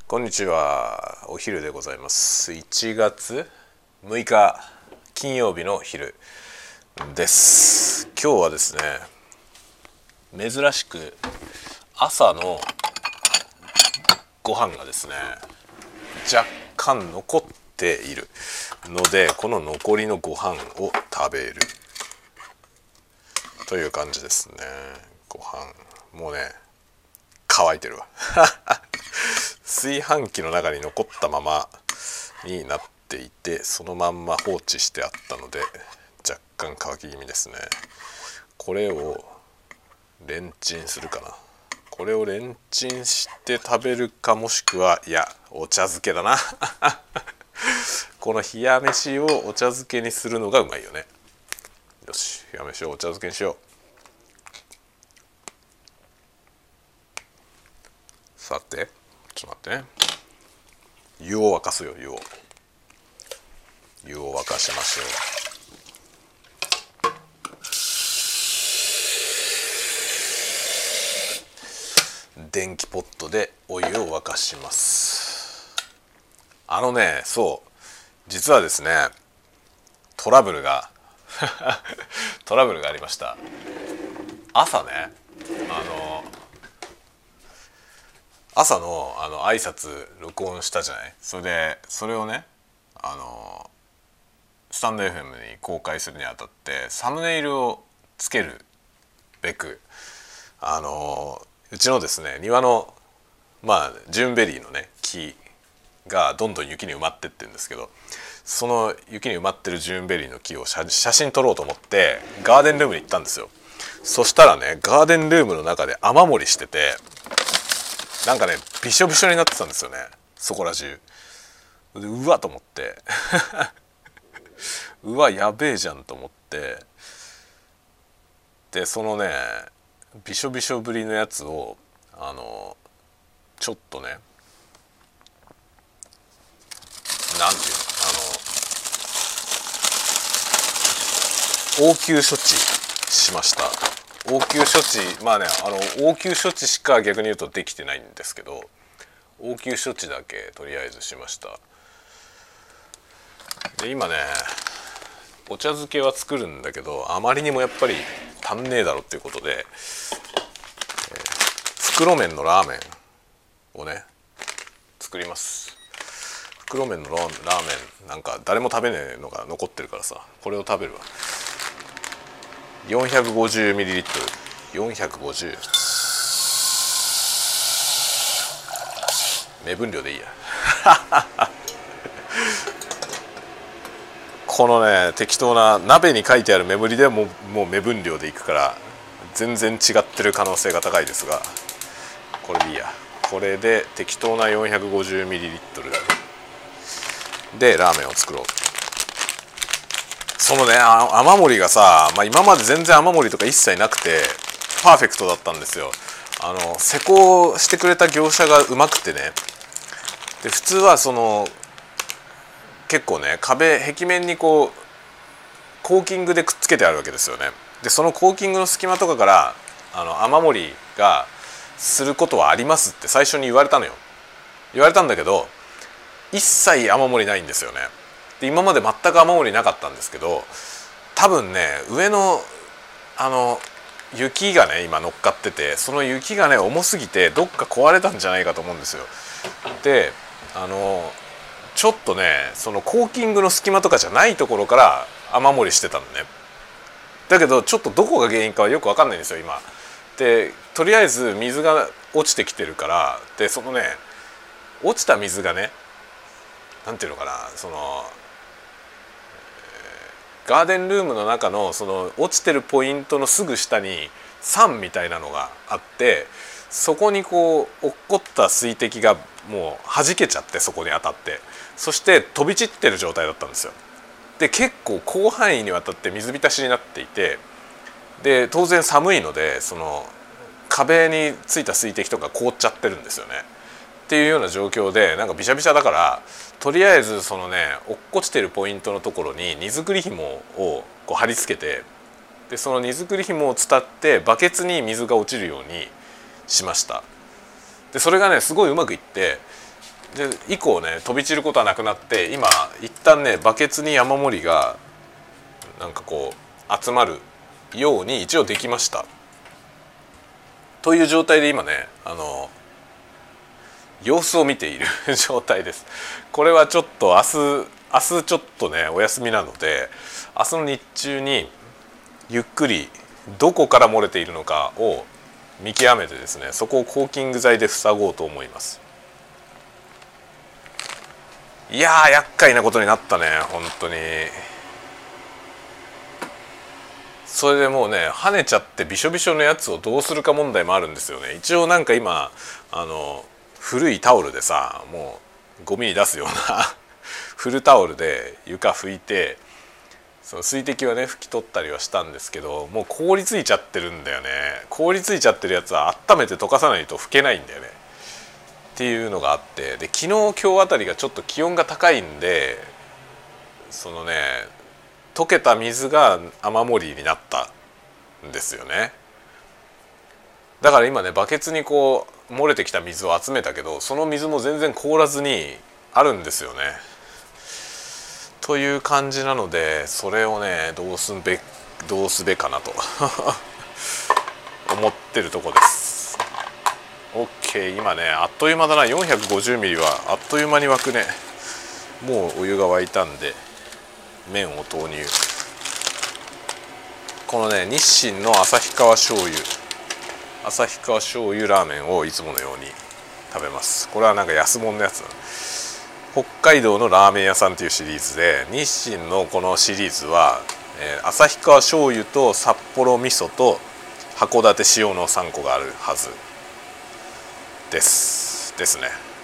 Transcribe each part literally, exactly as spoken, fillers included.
こんにちは。お昼でございます。いちがつむいか金曜日の昼です。今日はですね、珍しく朝のご飯がですね、若干残っているので、この残りのご飯を食べるという感じですね。ご飯もうね、乾いてるわ。炊飯器の中に残ったままになっていて、そのまんま放置してあったので若干乾き気味ですね。これをレンチンするかな。これをレンチンして食べるか、もしくはいやお茶漬けだな。この冷や飯をお茶漬けにするのがうまいよね。よし、冷や飯をお茶漬けにしよう。さてちょっと待ってね。湯を沸かすよ。湯を湯を沸かしましょう。電気ポットでお湯を沸かします。あのね、そう実はですね、トラブルがトラブルがありました。朝ね、あの朝のあの挨拶録音したじゃない。それでそれをね、あのスタンド エフエム に公開するにあたってサムネイルをつけるべく、あのうちのですね庭のまあジューンベリーのね木がどんどん雪に埋まってってるんですけど、その雪に埋まってるジューンベリーの木を写真撮ろうと思ってガーデンルームに行ったんですよ。そしたらね、ガーデンルームの中で雨漏りしてて、なんかねびしょびしょになってたんですよね、そこら中で。うわと思ってうわやべえじゃんと思って、でそのねびしょびしょぶりのやつをあのちょっとね、なんていうの、あの応急処置しました。応急処置、まあね、あの応急処置しか逆に言うとできてないんですけど、応急処置だけとりあえずしました。で今ねお茶漬けは作るんだけど、あまりにもやっぱり足んねえだろっていうことで、えー、袋麺のラーメンをね作ります。袋麺のラーメンなんか誰も食べねえのが残ってるからさ、これを食べるわ。 よんひゃくごじゅうミリリットル、 よんひゃくごじゅう、目分量でいいや。このね適当な鍋に書いてある目盛りでもう、もう目分量でいくから全然違ってる可能性が高いですが、これでいいや。これで適当な よんひゃくごじゅうミリリットル でラーメンを作ろう。そのね雨漏りがさ、まあ、今まで全然雨漏りとか一切なくてパーフェクトだったんですよ。あの施工してくれた業者がうまくてね。で普通はその結構ね壁壁面にこうコーキングでくっつけてあるわけですよね。でそのコーキングの隙間とかからあの雨漏りがすることはありますって最初に言われたのよ。言われたんだけど一切雨漏りないんですよね。で今まで全く雨漏りなかったんですけど、多分ね上のあの雪がね今乗っかってて、その雪がね重すぎてどっか壊れたんじゃないかと思うんですよ。であのちょっとねそのコーキングの隙間とかじゃないところから雨漏りしてたのね。だけどちょっとどこが原因かはよく分かんないんですよ今。でとりあえず水が落ちてきてるから、でそのね落ちた水がね、なんていうのかな、そのガーデンルームの中のその落ちてるポイントのすぐ下に酸みたいなのがあって、そこにこう落っこった水滴がもう弾けちゃって、そこに当たって、そして飛び散ってる状態だったんですよ。で結構広範囲にわたって水浸しになっていて、で当然寒いのでその壁についた水滴とか凍っちゃってるんですよね。っていうような状況で、なんかびしゃびしゃだから、とりあえずそのね落っこちてるポイントのところに荷造り紐をこう貼り付けて、でその荷造り紐を伝ってバケツに水が落ちるようにしました。でそれがねすごいうまくいって、 で以降ね飛び散ることはなくなって、今一旦ねバケツに雨漏りがなんかこう集まるように一応できましたという状態で今ねあの様子を見ている状態です。これはちょっと明日明日ちょっとねお休みなので、明日の日中にゆっくりどこから漏れているのかを見極めてですね、そこをコーキング剤で塞ごうと思います。いやー厄介なことになったね本当に。それでもうね跳ねちゃってびしょびしょのやつをどうするか問題もあるんですよね。一応なんか今あの古いタオルでさ、もうゴミに出すような古タオルで床拭いて、その水滴はね拭き取ったりはしたんですけど、もう凍りついちゃってるんだよね。凍りついちゃってるやつは温めて溶かさないと拭けないんだよねっていうのがあって、で昨日今日あたりがちょっと気温が高いんで、そのね溶けた水が雨漏りになったんですよね。だから今ねバケツにこう漏れてきた水を集めたけど、その水も全然凍らずにあるんですよね。という感じなので、それをねどうすべどうすべかなと思ってるとこです。 OK、 今ねあっという間だな。よんひゃくごじゅうミリはあっという間に沸くね。もうお湯が沸いたんで麺を投入。このね日清の旭川醤油旭川醤油ラーメンをいつものように食べます。これはなんか安物のやつ、北海道のラーメン屋さんっていうシリーズで、日清のこのシリーズは、えー、旭川醤油と札幌味噌と函館塩のさんこがあるはずですですね。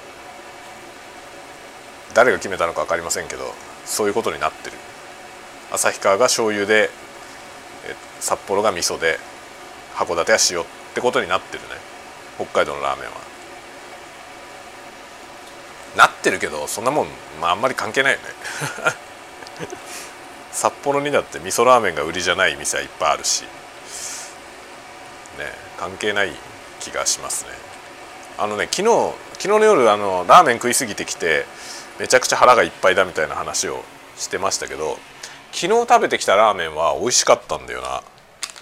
誰が決めたのか分かりませんけど、そういうことになってる。旭川が醤油で、え札幌が味噌で函館は塩ってことになってるね、北海道のラーメンは。なってるけどそんなもん、まあ、あんまり関係ないよね札幌にだって味噌ラーメンが売りじゃない店はいっぱいあるしね、関係ない気がしますね。あのね昨日昨日の夜あのラーメン食いすぎてきてめちゃくちゃ腹がいっぱいだみたいな話をしてましたけど、昨日食べてきたラーメンは美味しかったんだよな。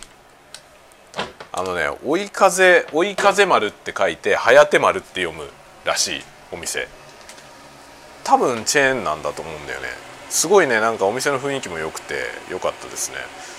あのね追い風追い風丸って書いて颯丸って読むらしいお店、多分チェーンなんだと思うんだよね。すごいねなんかお店の雰囲気も良くて良かったですね。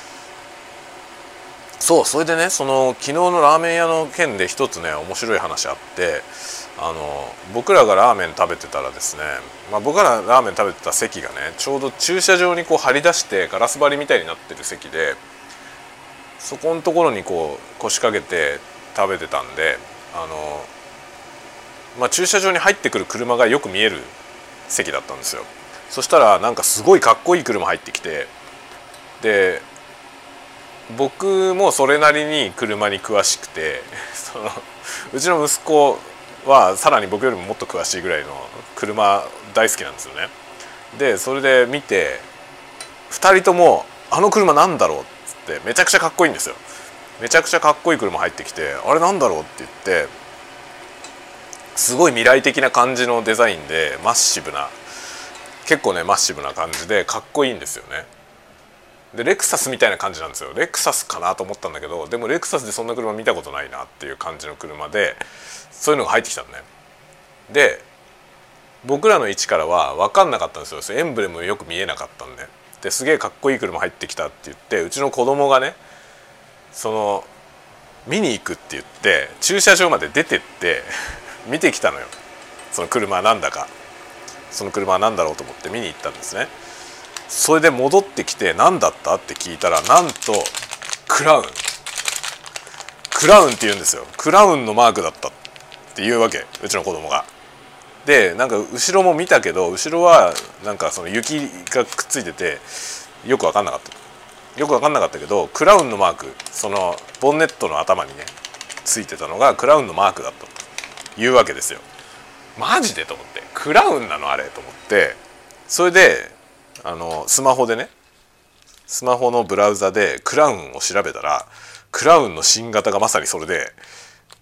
そう、それでねその昨日のラーメン屋の件で一つね面白い話あって、あの僕らがラーメン食べてたらですね、まあ、僕らラーメン食べてた席がねちょうど駐車場にこう張り出してガラス張りみたいになってる席で、そこのところにこう腰掛けて食べてたんで、あの、まあ、駐車場に入ってくる車がよく見える席だったんですよ。そしたらなんかすごいかっこいい車入ってきて、で僕もそれなりに車に詳しくてそのうちの息子はさらに僕よりももっと詳しいぐらいの車大好きなんですよね。でそれで見てふたりともあの車なんだろうっつってめちゃくちゃかっこいいんですよ。めちゃくちゃかっこいい車入ってきて、あれなんだろうって言って、すごい未来的な感じのデザインでマッシブな、結構ねマッシブな感じでかっこいいんですよね。でレクサスみたいな感じなんですよ。レクサスかなと思ったんだけど、でもレクサスでそんな車見たことないなっていう感じの車で、そういうのが入ってきたのね。で僕らの位置からは分かんなかったんですよ。エンブレムよく見えなかったんで。ですげえかっこいい車入ってきたって言って、うちの子供がねその見に行くって言って駐車場まで出てって見てきたのよ。その車はなんだか、その車は何だろうと思って見に行ったんですね。それで戻ってきて何だったって聞いたら、なんとクラウンクラウンって言うんですよ。クラウンのマークだったっていうわけ、うちの子供が。でなんか後ろも見たけど、後ろはなんかその雪がくっついててよく分かんなかったよく分かんなかったけど、クラウンのマーク、そのボンネットの頭にねついてたのがクラウンのマークだったというわけですよ。マジでと思って、クラウンなのあれと思って、それであのスマホでねスマホのブラウザでクラウンを調べたら、クラウンの新型がまさにそれで、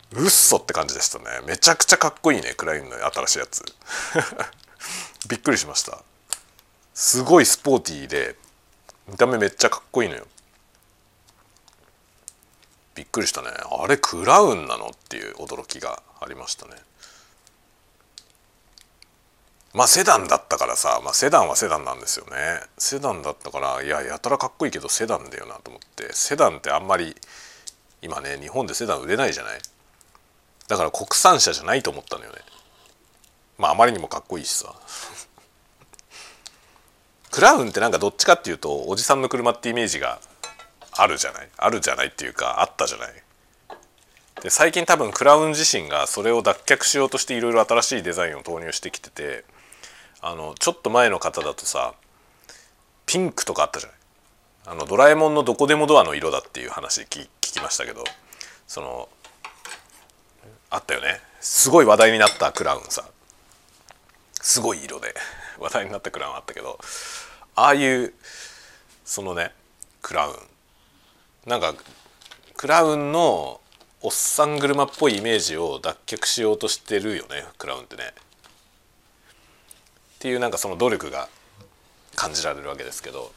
うっそって感じでしたね。めちゃくちゃかっこいいね、クラウンの新しいやつびっくりしました。すごいスポーティーで見た目めっちゃかっこいいのよ。びっくりしたね。あれクラウンなのっていう驚きがありましたね。まあセダンだったからさ、まあ、セダンはセダンなんですよね。セダンだったからいややたらかっこいいけどセダンだよなと思って。セダンってあんまり今ね日本でセダン売れないじゃない。だから国産車じゃないと思ったのよね。まああまりにもかっこいいしさクラウンってなんかどっちかっていうとおじさんの車ってイメージがあるじゃないあるじゃないっていうかあったじゃない。で最近多分クラウン自身がそれを脱却しようとしていろいろ新しいデザインを投入してきてて、あのちょっと前の方だとさピンクとかあったじゃない。あのドラえもんのどこでもドアの色だっていう話聞聞きましたけど、そのあったよね。すごい話題になったクラウンさ、すごい色で話題になったクラウンあったけど、ああいうそのねクラウンなんかクラウンのおっさん車っぽいイメージを脱却しようとしてるよねクラウンってね。っていうなんかその努力が感じられるわけですけど、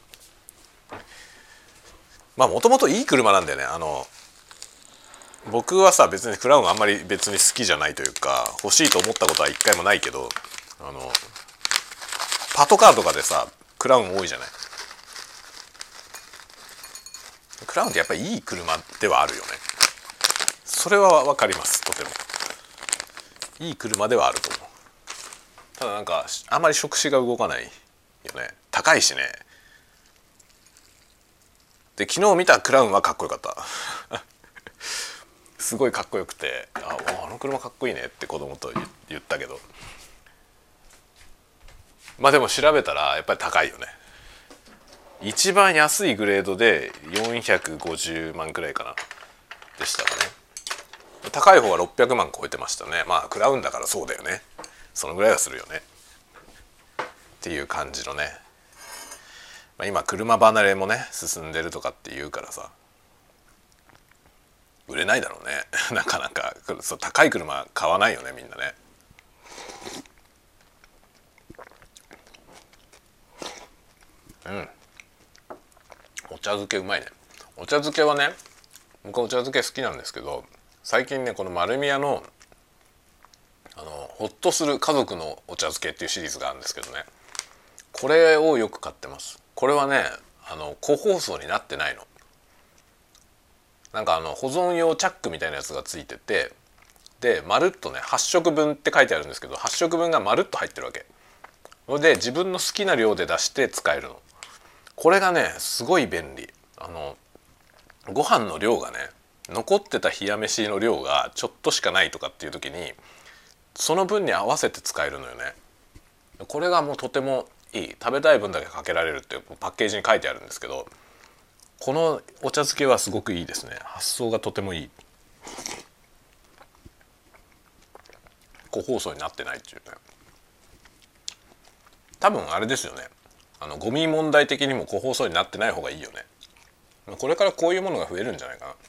まあもともといい車なんだよね。あの僕はさ別にクラウンあんまり別に好きじゃないというか欲しいと思ったことは一回もないけど、あのパトカーとかでさクラウン多いじゃない。クラウンってやっぱりいい車ではあるよね。それは分かります。とてもいい車ではあると思う。ただなんかあまり触手が動かないよね。高いしね。で昨日見たクラウンはかっこよかったすごいかっこよくて、ああの車かっこいいねって子供と言ったけど、まあでも調べたらやっぱり高いよね。一番安いグレードでよんひゃくごじゅうまんくらいかなでしたかね。高い方はろっぴゃくまん超えてましたね。まあクラウンだからそうだよね、そのぐらいはするよねっていう感じのね、まあ、今車離れもね進んでるとかって言うからさ売れないだろうねなかなかそう高い車買わないよねみんなね。うんお茶漬けうまいね。お茶漬けはね僕はお茶漬け好きなんですけど、最近ねこの丸美屋のあのホッとする家族のお茶漬けっていうシリーズがあるんですけどね、これをよく買ってます。これはねあの個包装になってないの。なんかあの保存用チャックみたいなやつがついてて、でまるっとねはっしょくぶんって書いてあるんですけどはっしょくぶんがまるっと入ってるわけ。それで自分の好きな量で出して使えるの。これがねすごい便利。あのご飯の量がね残ってた冷や飯の量がちょっとしかないとかっていう時にその分に合わせて使えるのよね。これがもうとてもいい。食べたい分だけかけられるってパッケージに書いてあるんですけど、このお茶漬けはすごくいいですね。発想がとてもいい。個包装になってないっていうね。多分あれですよね、あのゴミ問題的にも個包装になってない方がいいよね。これからこういうものが増えるんじゃないかな。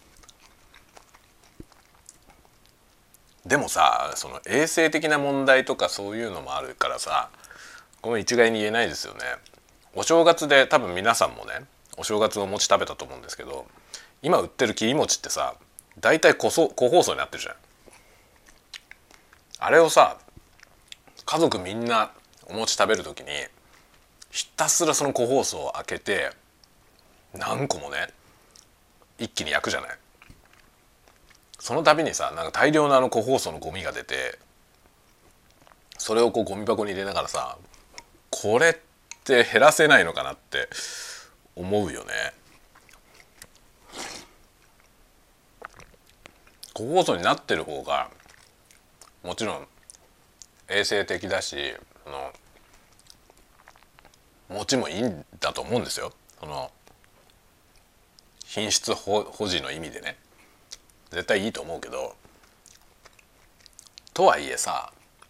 でもさその衛生的な問題とかそういうのもあるからさこれ一概に言えないですよね。お正月で多分皆さんもねお正月のお餅食べたと思うんですけど、今売ってる切り餅ってさ大体個包装になってるじゃん。あれをさ家族みんなお餅食べる時にひたすらその個包装を開けて何個もね一気に焼くじゃない。その度にさなんか大量のあの個包装のゴミが出て、それをこうゴミ箱に入れながらさこれって減らせないのかなって思うよね。個包装になってる方がもちろん衛生的だし、あの餅もいいんだと思うんですよ。その品質保持の意味でね絶対いいと思うけど、とはいえさ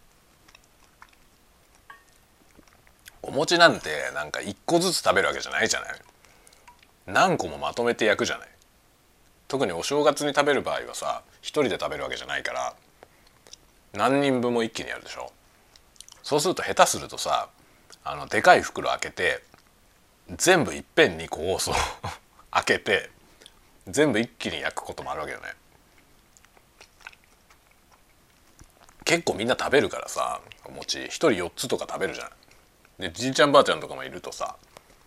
お餅なんてなんかいっこずつ食べるわけじゃないじゃない。何個もまとめて焼くじゃない。 特にお正月に食べる場合はさ一人で食べるわけじゃないから何人分も一気にやるでしょ。そうすると下手するとさあのでかい袋開けて全部いっぺんに個包装開けて全部一気に焼くこともあるわけよね。結構みんな食べるからさお餅ひとりよっつとか食べるじゃん。でじいちゃんばあちゃんとかもいるとさ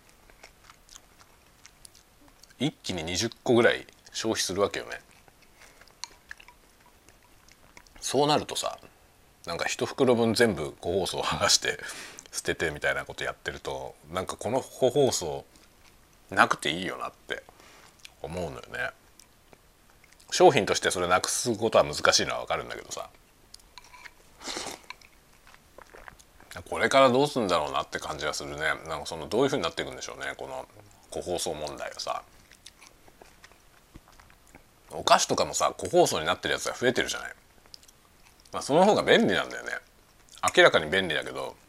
一気ににじゅっこぐらい消費するわけよね。そうなるとさなんか一袋分全部個包装剥がして捨ててみたいなことやってるとなんかこの個包装なくていいよなって思うのよね。商品としてそれなくすことは難しいのは分かるんだけどさこれからどうするんだろうなって感じがするね。なんかそのどういうふうになっていくんでしょうねこの個包装問題はさ。お菓子とかもさ個包装になってるやつが増えてるじゃない。まあ、その方が便利なんだよね。明らかに便利だけど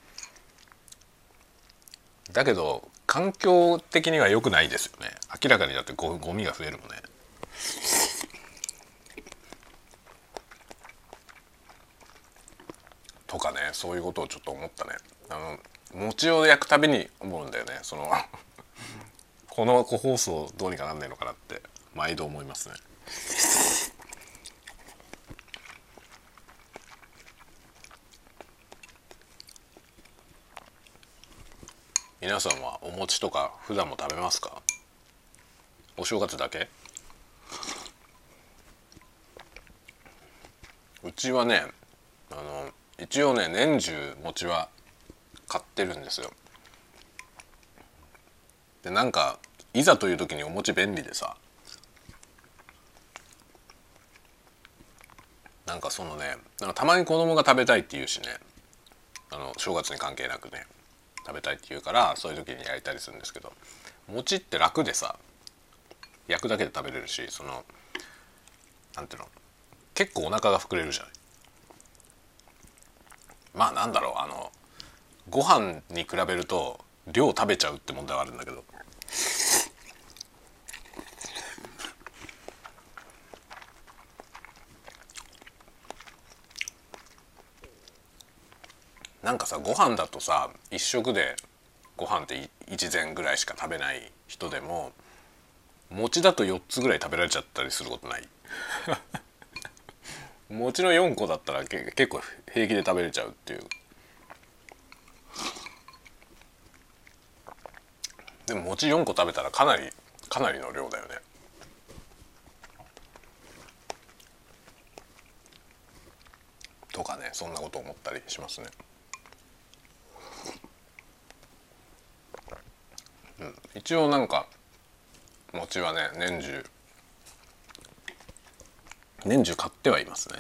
だけど環境的には良くないですよね。明らかにだってゴゴミが増えるもんね。とかねそういうことをちょっと思ったね。あの餅を焼くたびに思うんだよね。そのこの個包装どうにかなんないのかなって毎度思いますね。皆さんはお餅とか普段も食べますか？お正月だけ？うちはねあの一応ね年中餅は買ってるんですよ。でなんかいざという時にお餅便利でさなんかそのねなんかたまに子供が食べたいって言うしねあの正月に関係なくね食べたいって言うからそういう時に焼いたりするんですけど餅って楽でさ焼くだけで食べれるしそのなんていうの結構お腹が膨れるじゃない。まあなんだろうあのご飯に比べると量食べちゃうって問題はあるんだけどなんかさご飯だとさ一食でご飯って一膳ぐらいしか食べない人でも餅だとよっつぐらい食べられちゃったりすることない？餅のよんこだったらけ結構平気で食べれちゃうっていう。でも餅よんこ食べたらかなりかなりの量だよね。とかねそんなこと思ったりしますね。うん、一応なんか餅はね年中年中買ってはいますね。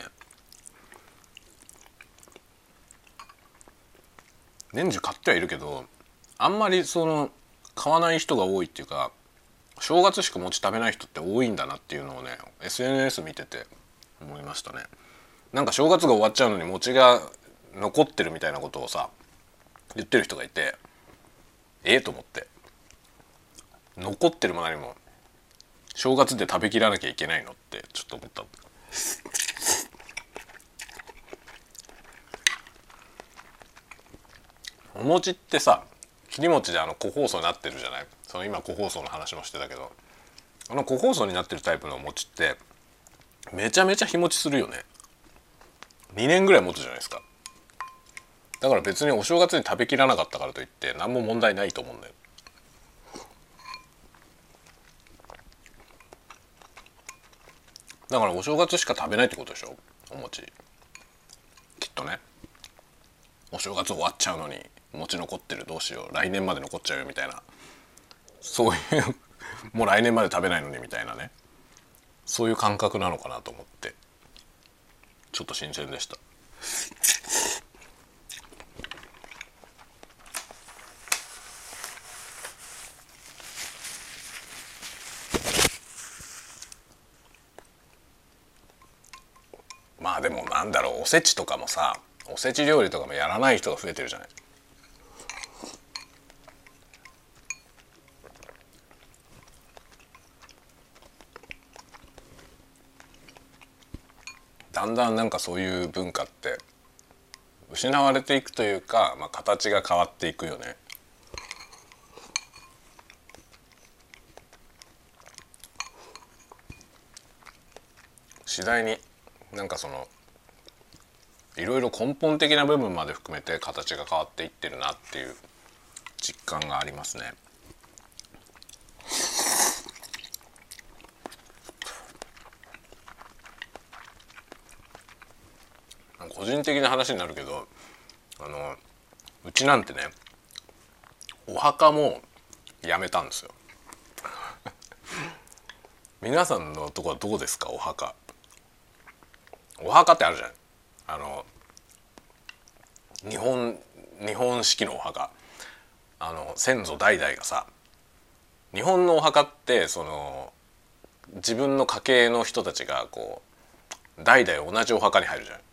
年中買ってはいるけどあんまりその買わない人が多いっていうか正月しか餅食べない人って多いんだなっていうのをね エスエヌエス 見てて思いましたね。なんか正月が終わっちゃうのに餅が残ってるみたいなことをさ言ってる人がいてええと思って残ってるも何も正月で食べきらなきゃいけないのってちょっと思った。お餅ってさ切り餅であの個包装になってるじゃない。その今個包装の話もしてたけどあの個包装になってるタイプのお餅ってめちゃめちゃ日持ちするよね。にねんぐらい持つじゃないですか。だから別にお正月に食べきらなかったからといって何も問題ないと思うんだよ。だからお正月しか食べないってことでしょお餅きっとね。お正月終わっちゃうのに餅残ってるどうしよう来年まで残っちゃうよみたいなそういうもう来年まで食べないのにみたいなねそういう感覚なのかなと思ってちょっと新鮮でした。まあでもなんだろうおせちとかもさおせち料理とかもやらない人が増えてるじゃない。 だんだんなんかそういう文化って失われていくというか、まあ、形が変わっていくよね。次第になんかそのいろいろ根本的な部分まで含めて形が変わっていってるなっていう実感がありますね。個人的な話になるけど、あのうちなんてねお墓もやめたんですよ皆さんのとこはどうですか？お墓お墓ってあるじゃない。あの日本日本式のお墓、あの先祖代々がさ、日本のお墓ってその自分の家系の人たちがこう代々同じお墓に入るじゃん。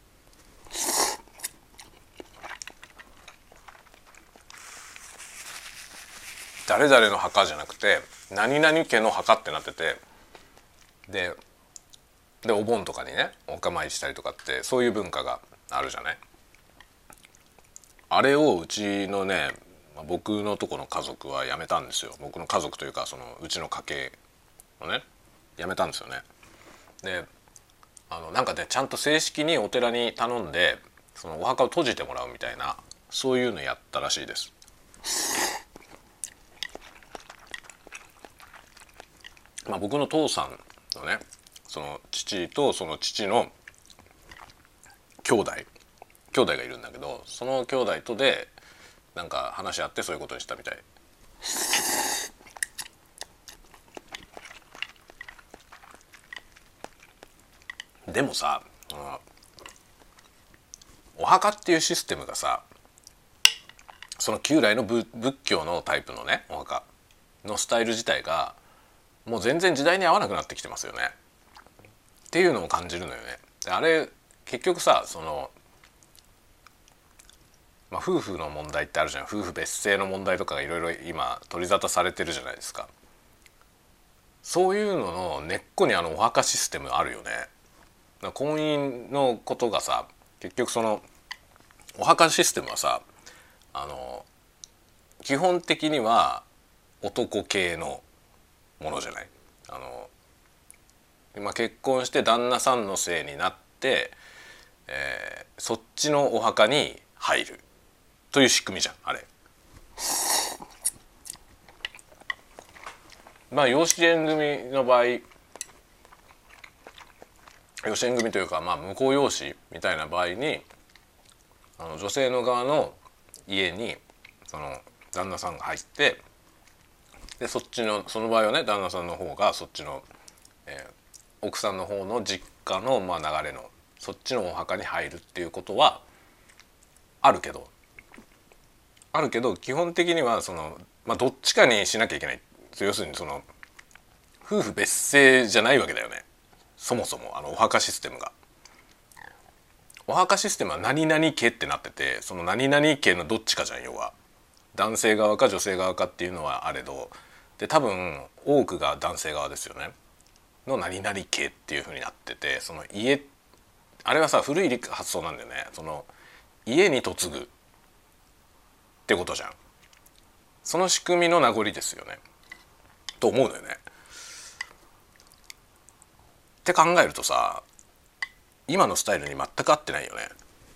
誰々の墓じゃなくて何々家の墓ってなってて、ででお盆とかにねお墓参りしたりとかってそういう文化があるじゃない。あれをうちのね僕のとこの家族はやめたんですよ。僕の家族というかそのうちの家系のねやめたんですよね。であのなんかねちゃんと正式にお寺に頼んでそのお墓を閉じてもらうみたいなそういうのやったらしいです。まあ、僕の父さんのねその父とその父の兄弟兄弟がいるんだけど、その兄弟とでなんか話し合ってそういうことにしたみたい。でもさ、お墓っていうシステムがさ、その旧来の仏教のタイプのねお墓のスタイル自体がもう全然時代に合わなくなってきてますよねっていうのを感じるのよね。であれ結局さその、まあ、夫婦の問題ってあるじゃん。夫婦別姓の問題とかがいろいろ今取り沙汰されてるじゃないですか。そういうのの根っこにあのお墓システムあるよね。婚姻のことがさ結局そのお墓システムはさあの基本的には男系のものじゃない。あの、まあ、結婚して旦那さんのせいになって、えー、そっちのお墓に入るという仕組みじゃんあれ。まあ養子縁組の場合養子縁組というか、まあ、婿養子みたいな場合にあの女性の側の家にその旦那さんが入って、でそっちのその場合はね旦那さんの方がそっちの、えー、奥さんの方の実家の、まあ、流れのそっちのお墓に入るっていうことはあるけどあるけど基本的にはその、まあ、どっちかにしなきゃいけない。要するにその夫婦別姓じゃないわけだよね。そもそもあのお墓システムが。お墓システムは何々家ってなってて、その何々家のどっちかじゃん。要は男性側か女性側かっていうのはあれど、で多分多くが男性側ですよねの何々家っていう風になってて、その家あれはさ古い発想なんだよね。その家に嫁ぐってことじゃん。その仕組みの名残ですよねと思うのよね。って考えるとさ今のスタイルに全く合ってないよね。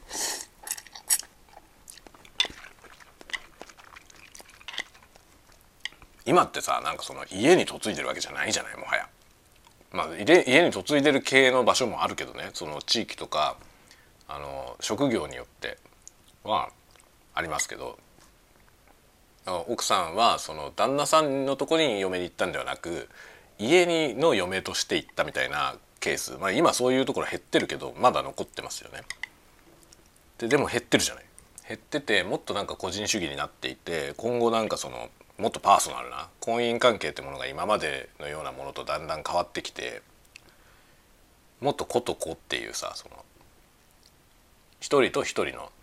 今ってさなんかその家に嫁いでるわけじゃないじゃないもはや。まあ家に嫁いでる系の場所もあるけどね、その地域とかあの職業によってはありますけど、奥さんはその旦那さんのところに嫁に行ったんではなく家にの嫁として行ったみたいなケース、まあ、今そういうところ減ってるけどまだ残ってますよね。ででも減ってるじゃない。減っててもっとなんか個人主義になっていて、今後なんかそのもっとパーソナルな婚姻関係ってものが今までのようなものとだんだん変わってきて、もっと子と子っていうさその一人と一人の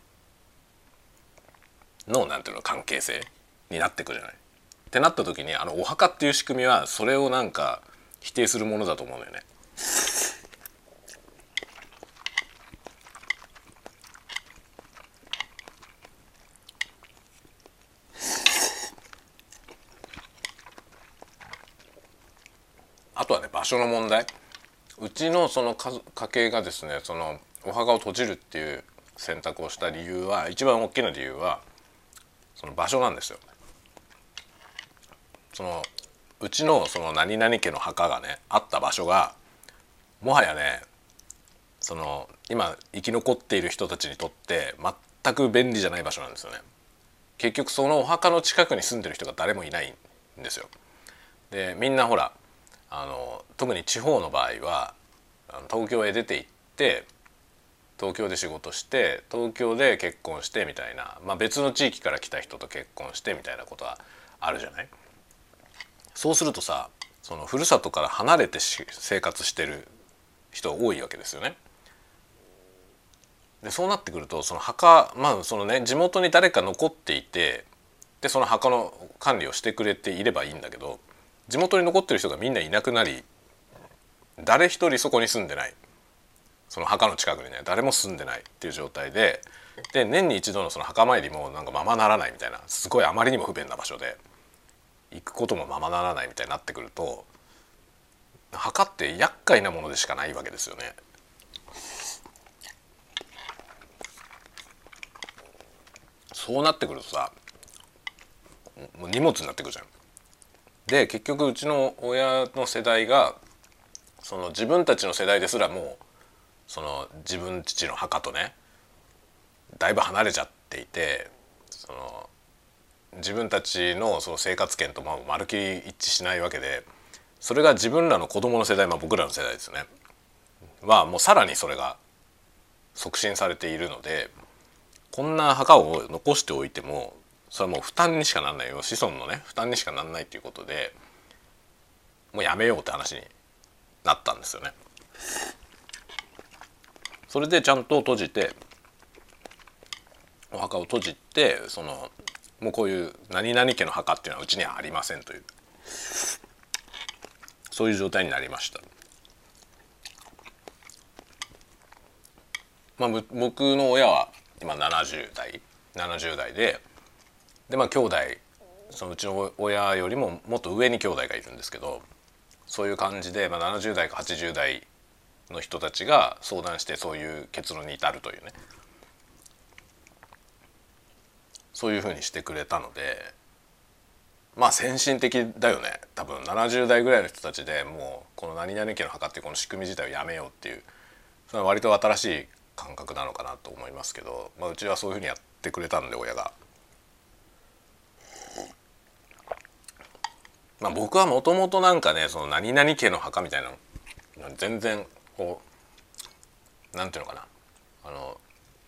のなんていうの関係性になってくるじゃない。ってなった時にあのお墓っていう仕組みはそれをなんか否定するものだと思うんだよね。 所の問題。うちのその家家系がですね、そのお墓を閉じるっていう選択をした理由は、一番大きな理由はその場所なんですよ。そのうちのその何々家の墓がねあった場所がもはやね、その今生き残っている人たちにとって全く便利じゃない場所なんですよね。結局そのお墓の近くに住んでる人が誰もいないんですよ。でみんなほらあの特に地方の場合はあの東京へ出て行って東京で仕事して東京で結婚してみたいな、まあ、別の地域から来た人と結婚してみたいなことはあるじゃない。そうするとさ、そのふるさとから離れて生活してる人が多いわけですよね。でそうなってくるとその墓、まあそのね地元に誰か残っていて、でその墓の管理をしてくれていればいいんだけど、地元に残ってる人がみんないなくなり、誰一人そこに住んでない、その墓の近くにね誰も住んでないっていう状態で、で年に一度のその墓参りもなんかままならないみたいな、すごいあまりにも不便な場所で行くこともままならないみたいになってくると、墓って厄介なものでしかないわけですよね。そうなってくるとさ、もう荷物になってくるじゃん。で結局うちの親の世代がその自分たちの世代ですらもうその自分父の墓とねだいぶ離れちゃっていて、その自分たちのその生活圏とままるっきり一致しないわけで、それが自分らの子供の世代、まあ、僕らの世代ですねはもうさらにそれが促進されているので、こんな墓を残しておいてもそれはもう負担にしかならないよ、子孫のね負担にしかならないということで、もうやめようって話になったんですよね。それでちゃんと閉じて、お墓を閉じて、そのもうこういう何々家の墓っていうのはうちにはありませんという、そういう状態になりました。まあ、僕の親は今ななじゅう代ななじゅう代で、でまあ兄弟、そのうちの親よりももっと上に兄弟がいるんですけど、そういう感じで、まあ、ななじゅう代かはちじゅう代の人たちが相談してそういう結論に至るというね、そういうふうにしてくれたので、まあ先進的だよね。多分ななじゅう代ぐらいの人たちでもうこの何々家の墓っていうこの仕組み自体をやめようっていう、それは割と新しい感覚なのかなと思いますけど、まあ、うちはそういうふうにやってくれたんで親が。まあ、僕はもともとなんかねその何々家の墓みたいなの全然こうなんていうのかな、あの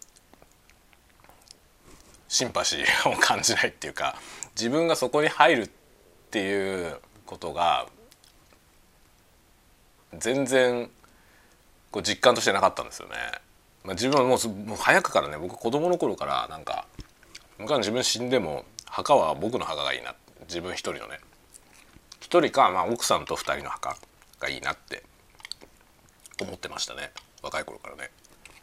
シンパシーを感じないっていうか、自分がそこに入るっていうことが全然こう実感としてなかったんですよね。まあ、自分はもう、もう早くからね、僕子供の頃からなんか僕は自分死んでも墓は僕の墓がいいな、自分一人のね一人か、まあ、奥さんと二人の墓がいいなって思ってましたね、若い頃からね。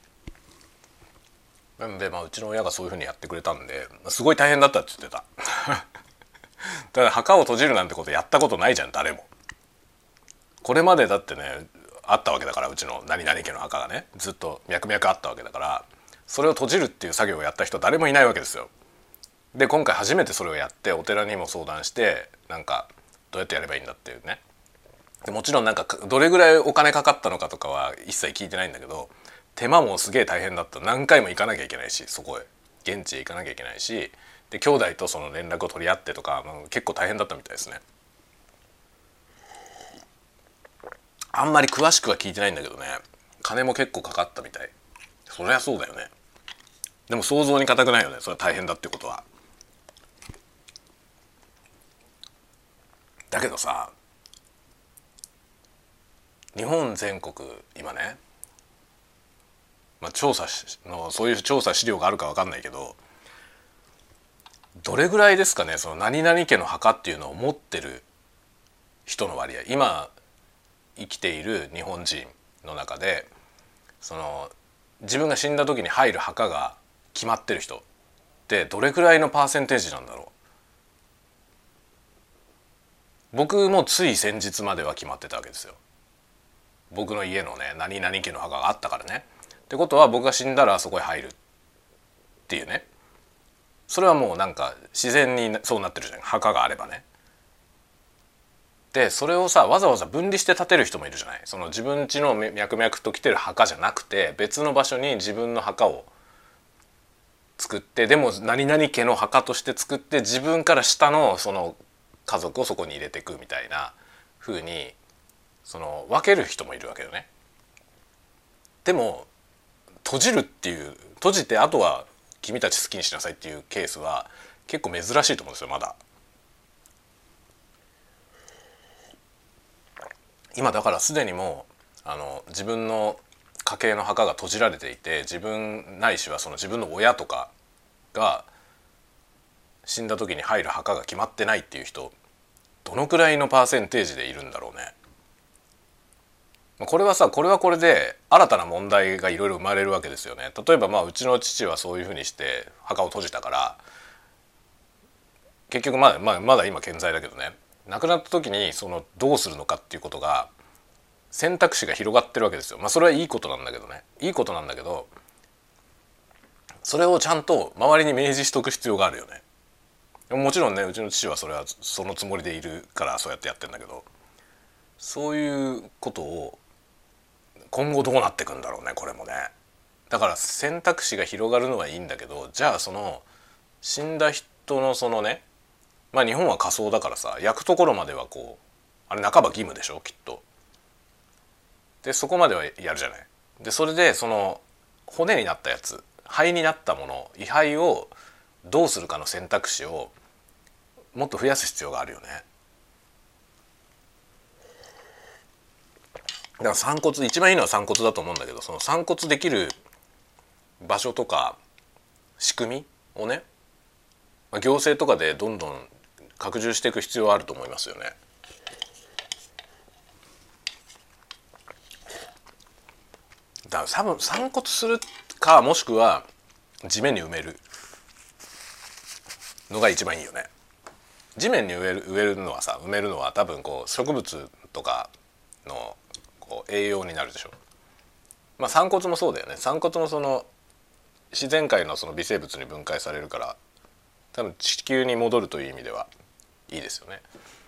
なんでまあうちの親がそういうふうにやってくれたんで、すごい大変だったって言ってたただ墓を閉じるなんてことやったことないじゃん誰も。これまでだってねあったわけだから、うちの何々家の墓がねずっと脈々あったわけだから、それを閉じるっていう作業をやった人誰もいないわけですよ。で今回初めてそれをやって、お寺にも相談して、なんかどうやってやればいいんだっていうね。でもちろんなんかどれぐらいお金かかったのかとかは一切聞いてないんだけど、手間もすげえ大変だった。何回も行かなきゃいけないし、そこへ現地へ行かなきゃいけないし、で兄弟とその連絡を取り合ってとか、まあ、結構大変だったみたいですね。あんまり詳しくは聞いてないんだけどね、金も結構かかったみたい。そりゃそうだよね。でも想像に難くないよね、それは大変だってことは。だけどさ、日本全国今ね、まあ、調査のそういう調査資料があるか分かんないけど、どれぐらいですかね、その何々家の墓っていうのを持ってる人の割合、今生きている日本人の中で、その自分が死んだ時に入る墓が決まってる人ってどれぐらいのパーセンテージなんだろう。僕もつい先日までは決まってたわけですよ。 僕の家のね何々家の墓があったからね。ってことは僕が死んだらそこへ入るっていうね、それはもうなんか自然にそうなってるじゃん、墓があればね。でそれをさわざわざ分離して建てる人もいるじゃない。その自分家の脈々と来てる墓じゃなくて別の場所に自分の墓を作って、でも何々家の墓として作って自分から下のその家族をそこに入れていくみたいな風にその分ける人もいるわけよね。でも閉じるっていう、閉じてあとは君たち好きにしなさいっていうケースは結構珍しいと思うんですよまだ。今だからすでにもうあの自分の家系の墓が閉じられていて、自分ないしはその自分の親とかが死んだ時に入る墓が決まってないっていう人どのくらいのパーセンテージでいるんだろうね。これはさこれはこれで新たな問題がいろいろ生まれるわけですよね。例えばまあうちの父はそういうふうにして墓を閉じたから結局まだ、まあ、まだ今健在だけどね、亡くなった時にそのどうするのかっていうことが選択肢が広がってるわけですよ。まあそれはいいことなんだけどね、いいことなんだけどそれをちゃんと周りに明示しとく必要があるよね。もちろんねうちの父はそれはそのつもりでいるからそうやってやってんだけど、そういうことを今後どうなっていくんだろうねこれもね。だから選択肢が広がるのはいいんだけど、じゃあその死んだ人のそのね、まあ日本は火葬だからさ焼くところまではこうあれ半ば義務でしょきっと。でそこまではやるじゃない。でそれでその骨になったやつ、灰になったもの、遺灰をどうするかの選択肢をもっと増やす必要があるよね。だから散骨一番いいのは散骨だと思うんだけど、その散骨できる場所とか仕組みをね行政とかでどんどん拡充していく必要はあると思いますよね。だから多分散骨するかもしくは地面に埋めるのが一番いいよね。地面に植える植えるのはさ埋めるのは多分こう植物とかのこう栄養になるでしょ。まあ散骨もそうだよね。散骨もその自然界のその微生物に分解されるから多分地球に戻るという意味ではいいですよね。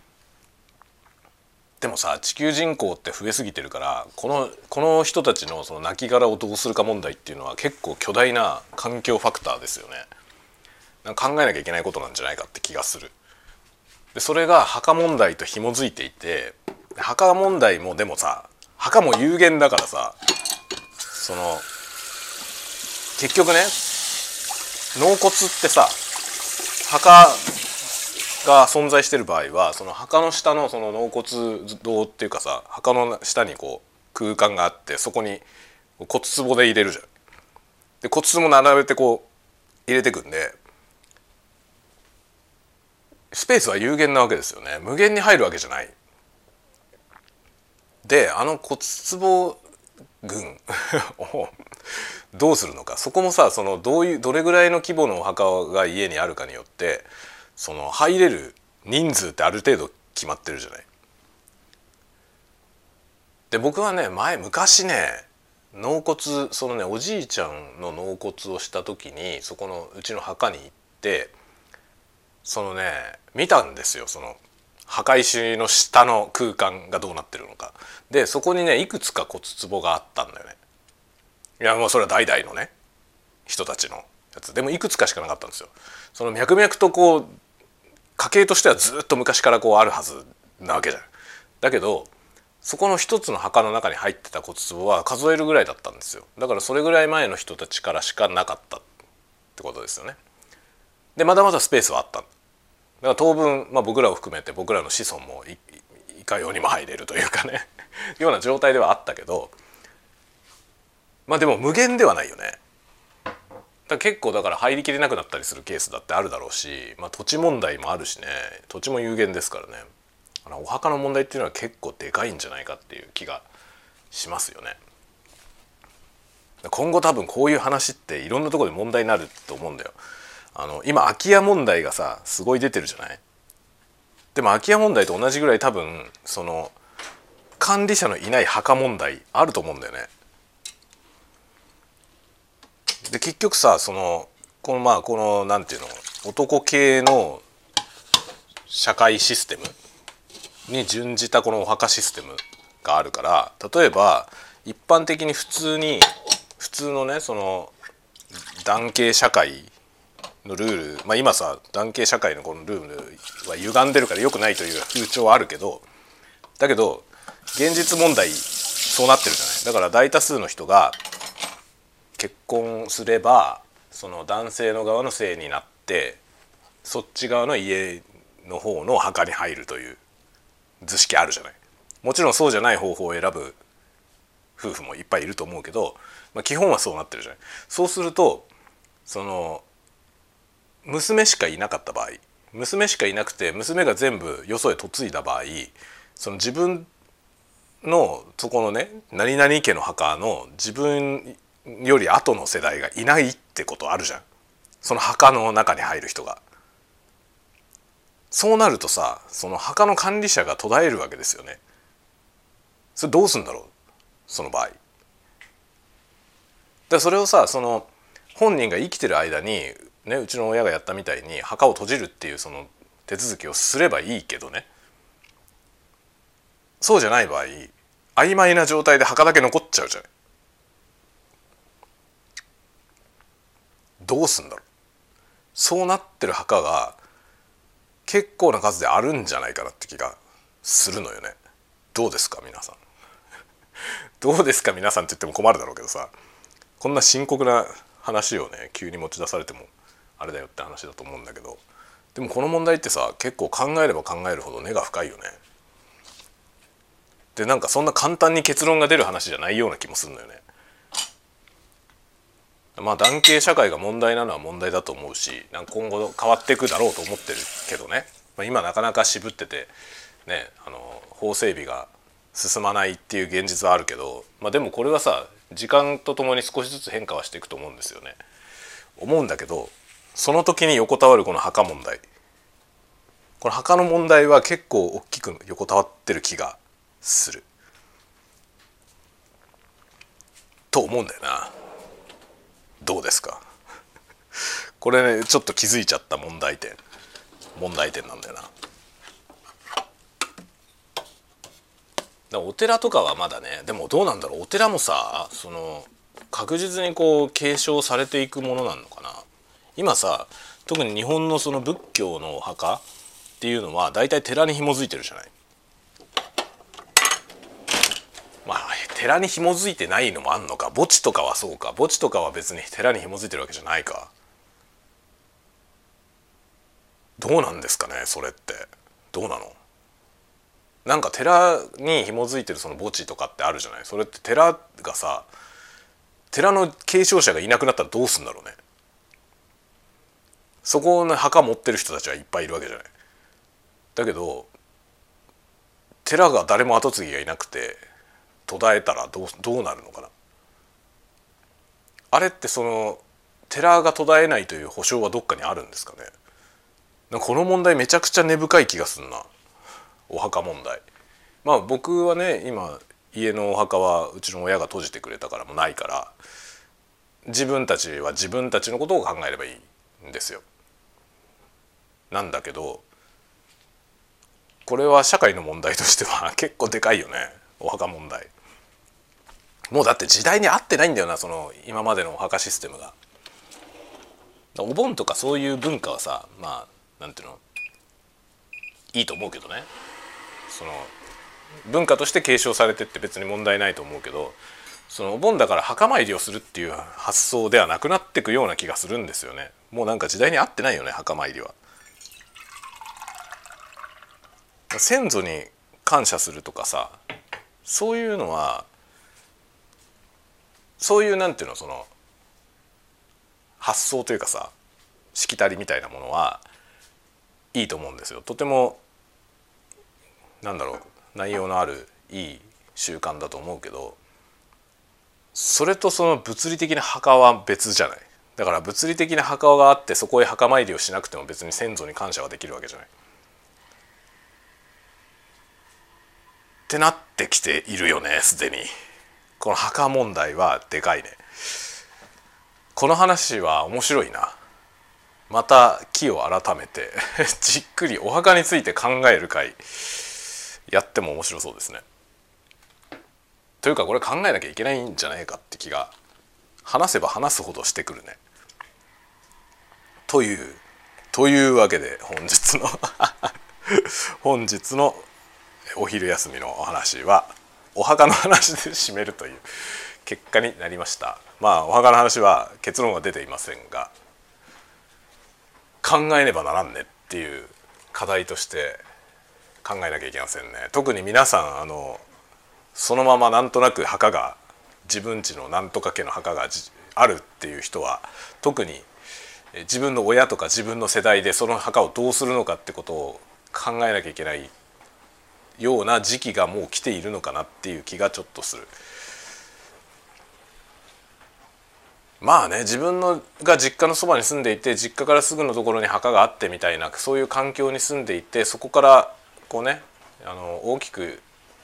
でもさ地球人口って増えすぎてるからこのこの人たちのその亡骸をどうするか問題っていうのは結構巨大な環境ファクターですよね。なんか考えなきゃいけないことなんじゃないかって気がする。でそれが墓問題と紐づいていて、墓問題もでもさ墓も有限だからさ、その結局ね納骨ってさ墓が存在してる場合はその墓の下のその納骨堂っていうかさ墓の下にこう空間があってそこに骨壺で入れるじゃん。で骨壺並べてこう入れてくんでスペースは有限なわけですよね。無限に入るわけじゃない。であの骨壺群をどうするのか、そこもさそのどういうどれぐらいの規模のお墓が家にあるかによってその入れる人数ってある程度決まってるじゃない。で僕はね前昔ね納骨そのねおじいちゃんの納骨をした時にそこのうちの墓に行ってそのね見たんですよ。その墓石の下の空間がどうなってるのか。でそこにねいくつか骨壺があったんだよね。いやもうそれは代々のね人たちのやつでもいくつかしかなかったんですよ。その脈々とこう家系としてはずっと昔からこうあるはずなわけじゃん。だけどそこの一つの墓の中に入ってた骨壺は数えるぐらいだったんですよ。だからそれぐらい前の人たちからしかなかったってことですよね。でまだまだスペースはあった。だから当分、まあ、僕らを含めて僕らの子孫もいいかようにも入れるというかねような状態ではあったけど、まあでも無限ではないよね。だから結構だから入りきれなくなったりするケースだってあるだろうし、まあ、土地問題もあるしね。土地も有限ですからね。お墓の問題っていうのは結構でかいんじゃないかっていう気がしますよね。今後多分こういう話っていろんなところで問題になると思うんだよ。あの今空き家問題がさすごい出てるじゃない。でも空き家問題と同じぐらい多分その管理者のいない墓問題あると思うんだよね。で結局さ、そのこのまあこのなんていうの、男系の社会システムに準じたこのお墓システムがあるから、例えば一般的に普通に普通のね、その男系社会のルール、まあ今さ男系社会のこのルールは歪んでるから良くないという風潮はあるけど、だけど現実問題そうなってるじゃない。だから大多数の人が結婚すればその男性の側のせいになって、そっち側の家の方の墓に入るという図式あるじゃない。もちろんそうじゃない方法を選ぶ夫婦もいっぱいいると思うけど、まあ、基本はそうなってるじゃない。そうするとその娘しかいなかった場合、娘しかいなくて娘が全部よそへ嫁いだ場合、その自分のそこのね何々家の墓の自分より後の世代がいないってことあるじゃん。その墓の中に入る人が。そうなるとさ、その墓の管理者が途絶えるわけですよね。それどうすんだろう、その場合。だからそれをさ、その本人が生きてる間にね、うちの親がやったみたいに墓を閉じるっていうその手続きをすればいいけどね、そうじゃない場合曖昧な状態で墓だけ残っちゃうじゃない。どうすんだろう。そうなってる墓が結構な数であるんじゃないかなって気がするのよね。どうですか皆さんどうですか皆さんって言っても困るだろうけどさ、こんな深刻な話をね急に持ち出されてもあれだよって話だと思うんだけど、でもこの問題ってさ結構考えれば考えるほど根が深いよね。でなんかそんな簡単に結論が出る話じゃないような気もするのよね。まあ男系社会が問題なのは問題だと思うし、なんか今後変わっていくだろうと思ってるけどね、まあ、今なかなか渋っててね、あの法整備が進まないっていう現実はあるけど、まあ、でもこれはさ時間とともに少しずつ変化はしていくと思うんですよね。思うんだけど、その時に横たわるこの墓問題、この墓の問題は結構大きく横たわってる気がすると思うんだよな。どうですかこれねちょっと気づいちゃった問題点問題点なんだよな。だからお寺とかはまだね、でもどうなんだろう、お寺もさその確実にこう継承されていくものなのかな。今さ特に日本のその仏教のお墓っていうのは大体寺に紐づいてるじゃない。まあ寺に紐づいてないのもあんのか。墓地とかはそうか、墓地とかは別に寺に紐づいてるわけじゃないか。どうなんですかねそれって。どうなの。なんか寺に紐づいてるその墓地とかってあるじゃない。それって寺がさ、寺の継承者がいなくなったらどうすんだろうね。そこの墓持ってる人たちはいっぱいいるわけじゃない。だけど寺が誰も後継ぎがいなくて途絶えたらどう、どうなるのかな。あれってその寺が途絶えないという保証はどっかにあるんですかね。なんかこの問題めちゃくちゃ根深い気がするな、お墓問題。まあ僕はね今家のお墓はうちの親が閉じてくれたからもないから、自分たちは自分たちのことを考えればいいんですよ。なんだけどこれは社会の問題としては結構でかいよね、お墓問題。もうだって時代に合ってないんだよな、その今までのお墓システムが。お盆とかそういう文化はさ、まあなんていうのいいと思うけどね、その文化として継承されてって別に問題ないと思うけど、そのお盆だから墓参りをするっていう発想ではなくなってくような気がするんですよね。もうなんか時代に合ってないよね、墓参りは。先祖に感謝するとかさ、そういうのはそういうなんていうのその発想というかさ、しきたりみたいなものはいいと思うんですよ。とてもなんだろう内容のあるいい習慣だと思うけど、それとその物理的な墓は別じゃない。だから物理的な墓があってそこへ墓参りをしなくても別に先祖に感謝はできるわけじゃない。 ってなってきているよね。すでにこの墓問題はでかいね。この話は面白いな。また気を改めてじっくりお墓について考える会やっても面白そうですね。というかこれ考えなきゃいけないんじゃないかって気が話せば話すほどしてくるね。というというわけで本日の本日のお昼休みのお話はお墓の話で締めるという結果になりました。まあお墓の話は結論は出ていませんが、考えねばならんねっていう課題として考えなきゃいけませんね。特に皆さんあのそのままなんとなく墓が自分家のなんとか家の墓があるっていう人は特に自分の親とか自分の世代でその墓をどうするのかってことを考えなきゃいけないような時期がもう来ているのかなっていう気がちょっとする。まあね、自分のが実家のそばに住んでいて実家からすぐのところに墓があってみたいなそういう環境に住んでいて、そこからこうねあの大きく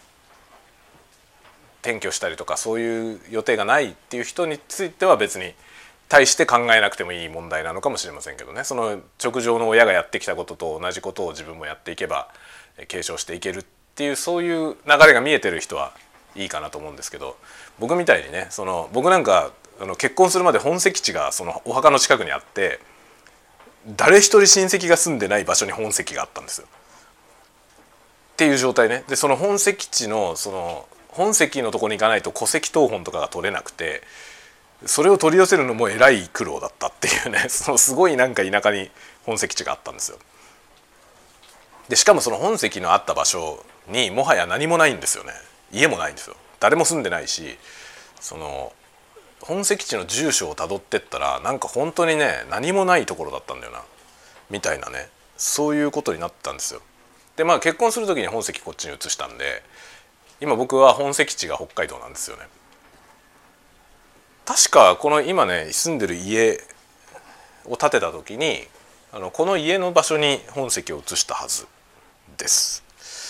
転居したりとかそういう予定がないっていう人については別に対して考えなくてもいい問題なのかもしれませんけどね。その直上の親がやってきたことと同じことを自分もやっていけば継承していけるっていうそういう流れが見えてる人はいいかなと思うんですけど、僕みたいにねその僕なんかあの結婚するまで本籍地がそのお墓の近くにあって誰一人親戚が住んでない場所に本籍があったんですよっていう状態ね。でその本籍地のその本籍のとこに行かないと戸籍謄本とかが取れなくて、それを取り寄せるのもえらい苦労だったっていうねそのすごいなんか田舎に本籍地があったんですよ。でしかもその本籍のあった場所にもはや何もないんですよね。家もないんですよ。誰も住んでないし、その本籍地の住所をたどってったらなんか本当にね何もないところだったんだよなみたいなね、そういうことになったんですよ。でまあ結婚する時に本籍こっちに移したんで今僕は本籍地が北海道なんですよね。確かこの今ね住んでる家を建てた時にあのこの家の場所に本籍を移したはずです。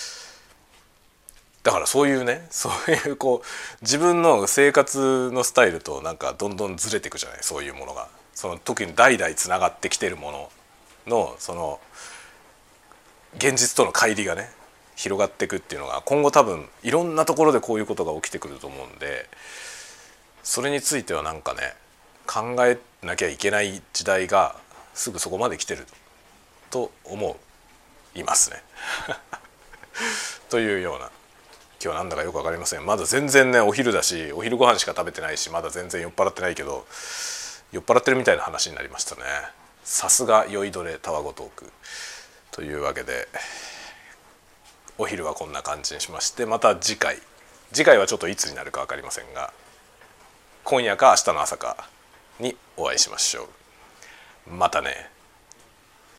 だからそういうねそういうこう自分の生活のスタイルとなんかどんどんずれていくじゃない、そういうものがその時に代々つながってきてるもののその現実との乖離がね広がっていくっていうのが今後多分いろんなところでこういうことが起きてくると思うんで、それについてはなんかね考えなきゃいけない時代がすぐそこまで来てると思いますねというような、今日はなんだかよく分かりません。まだ全然ねお昼だしお昼ご飯しか食べてないしまだ全然酔っ払ってないけど酔っ払ってるみたいな話になりましたね。さすが酔いどれたわごトークというわけでお昼はこんな感じにしまして、また次回次回はちょっといつになるか分かりませんが今夜か明日の朝かにお会いしましょう。またね。